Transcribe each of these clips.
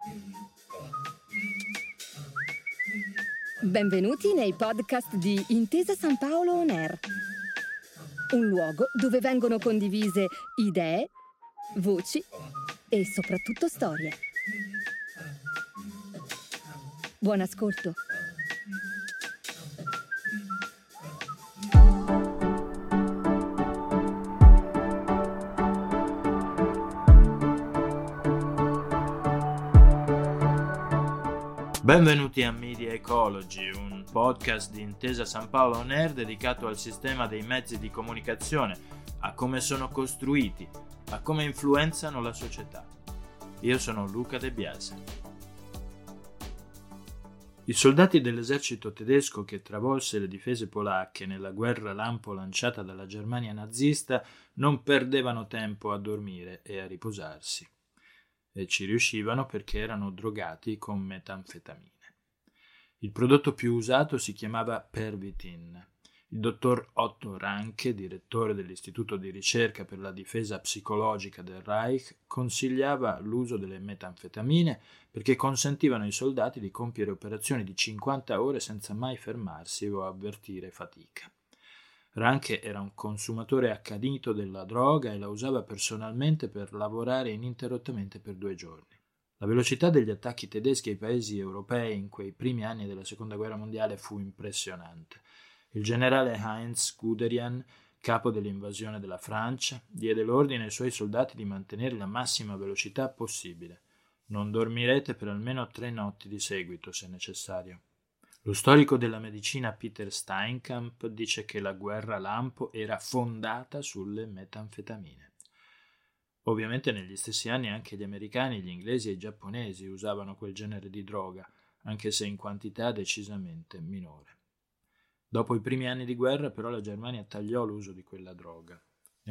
Benvenuti nei podcast di Intesa San Paolo On Air, un luogo dove vengono condivise idee, voci e soprattutto storie. Buon ascolto. Benvenuti a Media Ecology, un podcast di Intesa San Paolo On Air dedicato al sistema dei mezzi di comunicazione, a come sono costruiti, a come influenzano la società. Io sono Luca De Biase. I soldati dell'esercito tedesco che travolse le difese polacche nella guerra lampo lanciata dalla Germania nazista non perdevano tempo a dormire e a riposarsi. E ci riuscivano perché erano drogati con metanfetamine. Il prodotto più usato si chiamava Pervitin. Il dottor Otto Ranke, direttore dell'Istituto di ricerca per la difesa psicologica del Reich, consigliava l'uso delle metanfetamine perché consentivano ai soldati di compiere operazioni di 50 ore senza mai fermarsi o avvertire fatica. Ranke era un consumatore accanito della droga e la usava personalmente per lavorare ininterrottamente per 2 giorni. La velocità degli attacchi tedeschi ai paesi europei in quei primi anni della Seconda Guerra Mondiale fu impressionante. Il generale Heinz Guderian, capo dell'invasione della Francia, diede l'ordine ai suoi soldati di mantenere la massima velocità possibile. Non dormirete per almeno 3 notti di seguito, se necessario. Lo storico della medicina Peter Steinkamp dice che la guerra lampo era fondata sulle metanfetamine. Ovviamente negli stessi anni anche gli americani, gli inglesi e i giapponesi usavano quel genere di droga, anche se in quantità decisamente minore. Dopo i primi anni di guerra però la Germania tagliò l'uso di quella droga. Nel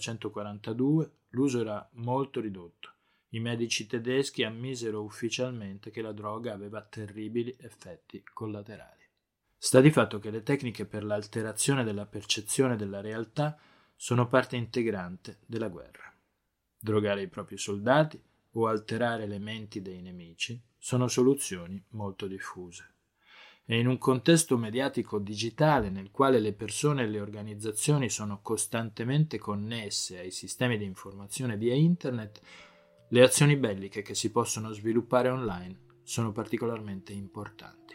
1942 l'uso era molto ridotto. I medici tedeschi ammisero ufficialmente che la droga aveva terribili effetti collaterali. Sta di fatto che le tecniche per l'alterazione della percezione della realtà sono parte integrante della guerra. Drogare i propri soldati o alterare le menti dei nemici sono soluzioni molto diffuse. E in un contesto mediatico digitale nel quale le persone e le organizzazioni sono costantemente connesse ai sistemi di informazione via internet, le azioni belliche che si possono sviluppare online sono particolarmente importanti.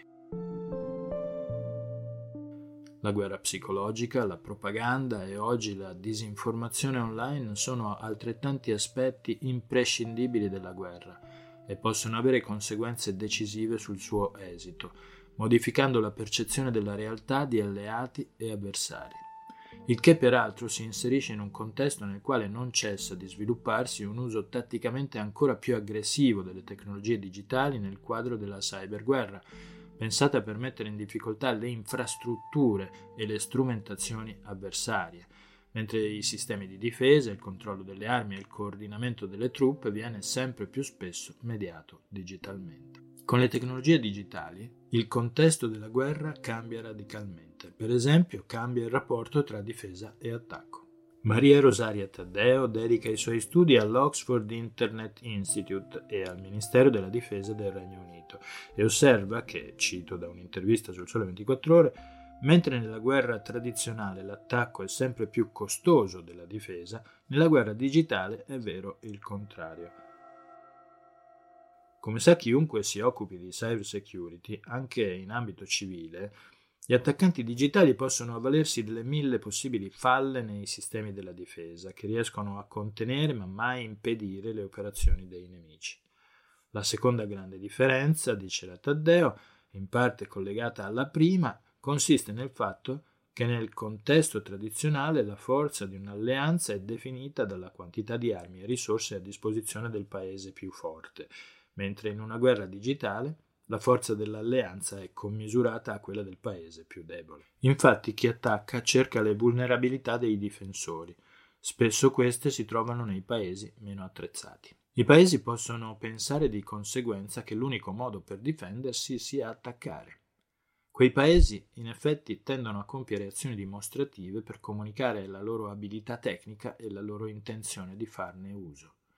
La guerra psicologica, la propaganda e oggi la disinformazione online sono altrettanti aspetti imprescindibili della guerra e possono avere conseguenze decisive sul suo esito, modificando la percezione della realtà di alleati e avversari. Il che peraltro si inserisce in un contesto nel quale non cessa di svilupparsi un uso tatticamente ancora più aggressivo delle tecnologie digitali nel quadro della cyberguerra, pensata per mettere in difficoltà le infrastrutture e le strumentazioni avversarie, mentre i sistemi di difesa, il controllo delle armi e il coordinamento delle truppe viene sempre più spesso mediato digitalmente. Con le tecnologie digitali, il contesto della guerra cambia radicalmente. Per esempio, cambia il rapporto tra difesa e attacco. Maria Rosaria Taddeo dedica i suoi studi all'Oxford Internet Institute e al Ministero della Difesa del Regno Unito e osserva che, cito da un'intervista sul Sole 24 Ore, mentre nella guerra tradizionale l'attacco è sempre più costoso della difesa, nella guerra digitale è vero il contrario. Come sa chiunque si occupi di cyber security, anche in ambito civile, gli attaccanti digitali possono avvalersi delle 1000 possibili falle nei sistemi della difesa, che riescono a contenere ma mai impedire le operazioni dei nemici. La seconda grande differenza, dice la Taddeo, in parte collegata alla prima, consiste nel fatto che nel contesto tradizionale la forza di un'alleanza è definita dalla quantità di armi e risorse a disposizione del paese più forte, mentre in una guerra digitale la forza dell'alleanza è commisurata a quella del paese più debole. Infatti chi attacca cerca le vulnerabilità dei difensori. Spesso queste si trovano nei paesi meno attrezzati. I paesi possono pensare di conseguenza che l'unico modo per difendersi sia attaccare. Quei paesi, in effetti, tendono a compiere azioni dimostrative per comunicare la loro abilità tecnica e la loro intenzione di farne uso.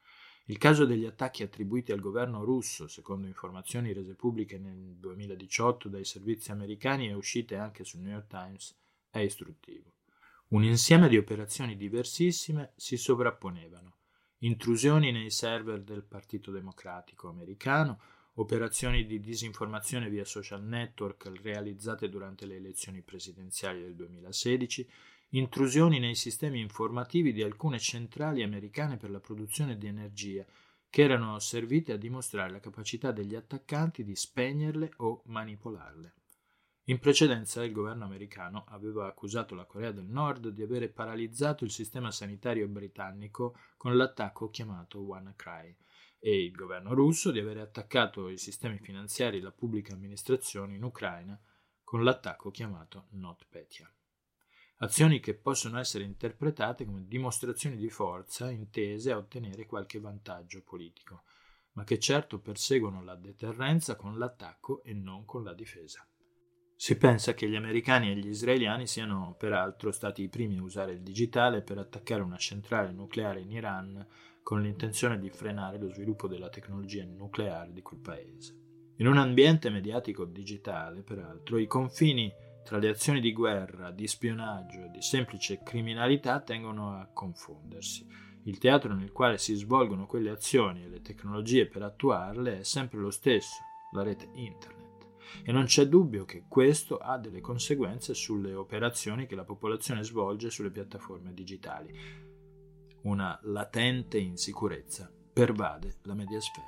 Il caso degli attacchi attribuiti al governo russo, secondo informazioni rese pubbliche nel 2018 dai servizi americani e uscite anche sul New York Times, è istruttivo. Un insieme di operazioni diversissime si sovrapponevano: intrusioni nei server del Partito Democratico americano, operazioni di disinformazione via social network realizzate durante le elezioni presidenziali del 2016, intrusioni nei sistemi informativi di alcune centrali americane per la produzione di energia, che erano servite a dimostrare la capacità degli attaccanti di spegnerle o manipolarle. In precedenza il governo americano aveva accusato la Corea del Nord di avere paralizzato il sistema sanitario britannico con l'attacco chiamato WannaCry e il governo russo di avere attaccato i sistemi finanziari e la pubblica amministrazione in Ucraina con l'attacco chiamato NotPetya. Azioni che possono essere interpretate come dimostrazioni di forza intese a ottenere qualche vantaggio politico, ma che certo perseguono la deterrenza con l'attacco e non con la difesa. Si pensa che gli americani e gli israeliani siano peraltro stati i primi a usare il digitale per attaccare una centrale nucleare in Iran con l'intenzione di frenare lo sviluppo della tecnologia nucleare di quel paese. In un ambiente mediatico digitale, peraltro, i confini tra le azioni di guerra, di spionaggio e di semplice criminalità tendono a confondersi. Il teatro nel quale si svolgono quelle azioni e le tecnologie per attuarle è sempre lo stesso, la rete internet. E non c'è dubbio che questo ha delle conseguenze sulle operazioni che la popolazione svolge sulle piattaforme digitali. Una latente insicurezza pervade la mediasfera.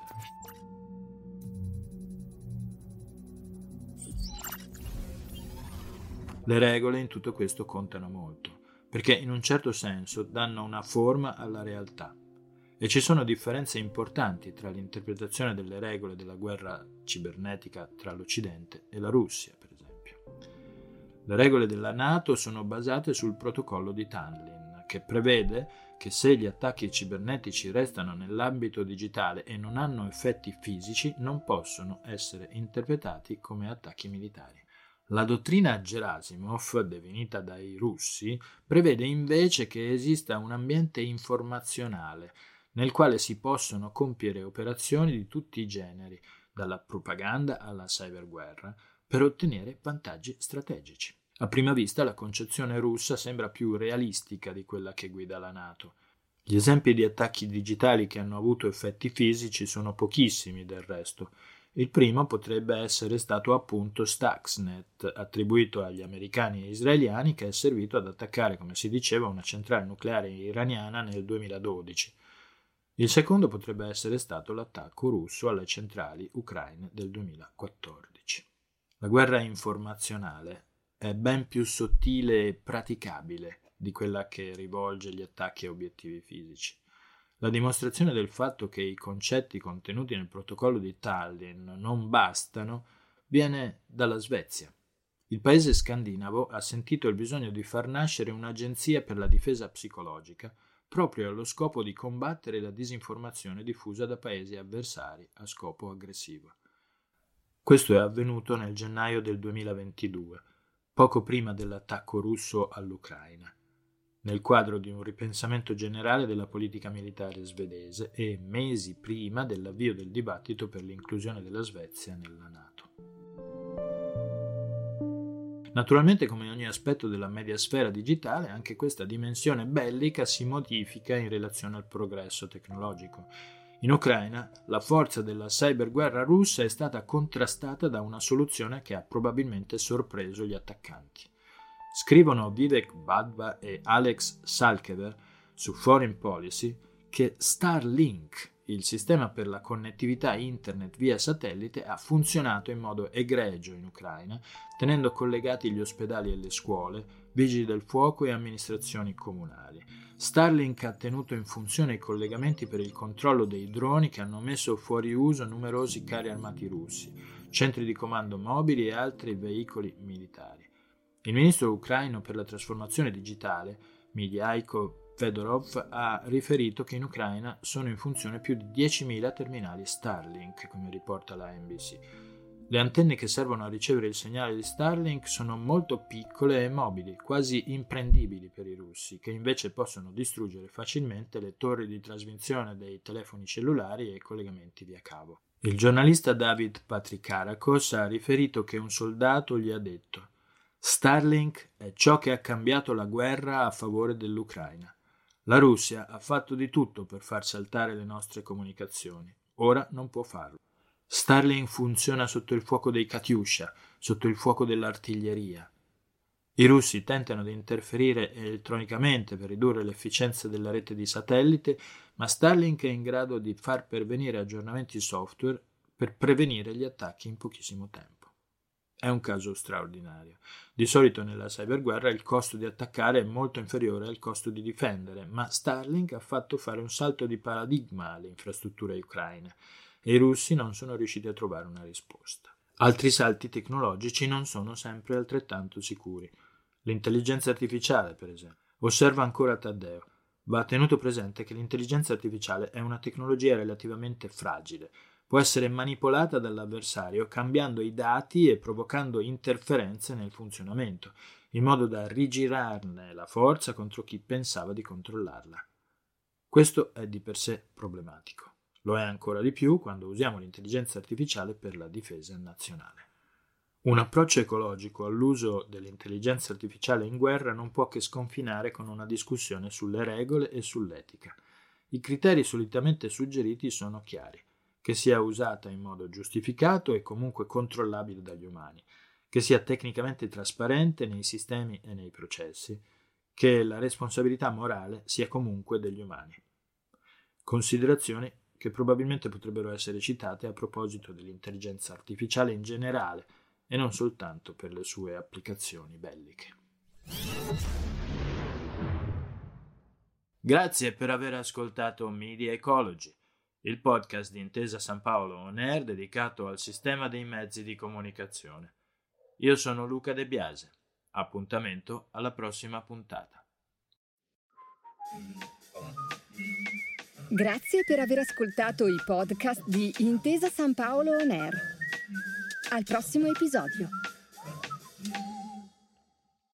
Le regole in tutto questo contano molto, perché in un certo senso danno una forma alla realtà. E ci sono differenze importanti tra l'interpretazione delle regole della guerra cibernetica tra l'Occidente e la Russia, per esempio. Le regole della NATO sono basate sul protocollo di Tallinn, che prevede che se gli attacchi cibernetici restano nell'ambito digitale e non hanno effetti fisici, non possono essere interpretati come attacchi militari. La dottrina Gerasimov, definita dai russi, prevede invece che esista un ambiente informazionale nel quale si possono compiere operazioni di tutti i generi, dalla propaganda alla cyberguerra, per ottenere vantaggi strategici. A prima vista la concezione russa sembra più realistica di quella che guida la NATO. Gli esempi di attacchi digitali che hanno avuto effetti fisici sono pochissimi del resto. Il primo potrebbe essere stato appunto Stuxnet, attribuito agli americani e israeliani, che è servito ad attaccare, come si diceva, una centrale nucleare iraniana nel 2012. Il secondo potrebbe essere stato l'attacco russo alle centrali ucraine del 2014. La guerra informazionale è ben più sottile e praticabile di quella che rivolge gli attacchi a obiettivi fisici. La dimostrazione del fatto che i concetti contenuti nel protocollo di Tallinn non bastano viene dalla Svezia. Il paese scandinavo ha sentito il bisogno di far nascere un'agenzia per la difesa psicologica proprio allo scopo di combattere la disinformazione diffusa da paesi avversari a scopo aggressivo. Questo è avvenuto nel gennaio del 2022, poco prima dell'attacco russo all'Ucraina, nel quadro di un ripensamento generale della politica militare svedese e mesi prima dell'avvio del dibattito per l'inclusione della Svezia nella NATO. Naturalmente, come in ogni aspetto della mediasfera digitale, anche questa dimensione bellica si modifica in relazione al progresso tecnologico. In Ucraina, la forza della cyberguerra russa è stata contrastata da una soluzione che ha probabilmente sorpreso gli attaccanti. Scrivono Vivek Badva e Alex Salkever su Foreign Policy che Starlink, il sistema per la connettività internet via satellite, ha funzionato in modo egregio in Ucraina, tenendo collegati gli ospedali e le scuole, vigili del fuoco e amministrazioni comunali. Starlink ha tenuto in funzione i collegamenti per il controllo dei droni che hanno messo fuori uso numerosi carri armati russi, centri di comando mobili e altri veicoli militari. Il ministro ucraino per la trasformazione digitale, Miljaiko Fedorov, ha riferito che in Ucraina sono in funzione più di 10.000 terminali Starlink, come riporta la NBC. Le antenne che servono a ricevere il segnale di Starlink sono molto piccole e mobili, quasi imprendibili per i russi, che invece possono distruggere facilmente le torri di trasmissione dei telefoni cellulari e i collegamenti via cavo. Il giornalista David Patrikarakos ha riferito che un soldato gli ha detto: Starlink è ciò che ha cambiato la guerra a favore dell'Ucraina. La Russia ha fatto di tutto per far saltare le nostre comunicazioni. Ora non può farlo. Starlink funziona sotto il fuoco dei Katyusha, sotto il fuoco dell'artiglieria. I russi tentano di interferire elettronicamente per ridurre l'efficienza della rete di satellite, ma Starlink è in grado di far pervenire aggiornamenti software per prevenire gli attacchi in pochissimo tempo. È un caso straordinario. Di solito nella cyberguerra il costo di attaccare è molto inferiore al costo di difendere, ma Starlink ha fatto fare un salto di paradigma alle infrastrutture ucraine e i russi non sono riusciti a trovare una risposta. Altri salti tecnologici non sono sempre altrettanto sicuri. L'intelligenza artificiale, per esempio. Osserva ancora Taddeo. Va tenuto presente che l'intelligenza artificiale è una tecnologia relativamente fragile. Può essere manipolata dall'avversario cambiando i dati e provocando interferenze nel funzionamento, in modo da rigirarne la forza contro chi pensava di controllarla. Questo è di per sé problematico. Lo è ancora di più quando usiamo l'intelligenza artificiale per la difesa nazionale. Un approccio ecologico all'uso dell'intelligenza artificiale in guerra non può che sconfinare con una discussione sulle regole e sull'etica. I criteri solitamente suggeriti sono chiari: che sia usata in modo giustificato e comunque controllabile dagli umani, che sia tecnicamente trasparente nei sistemi e nei processi, che la responsabilità morale sia comunque degli umani. Considerazioni che probabilmente potrebbero essere citate a proposito dell'intelligenza artificiale in generale e non soltanto per le sue applicazioni belliche. Grazie per aver ascoltato Media Ecology, il podcast di Intesa San Paolo On Air dedicato al sistema dei mezzi di comunicazione. Io sono Luca De Biase. Appuntamento alla prossima puntata. Grazie per aver ascoltato i podcast di Intesa San Paolo On Air. Al prossimo episodio.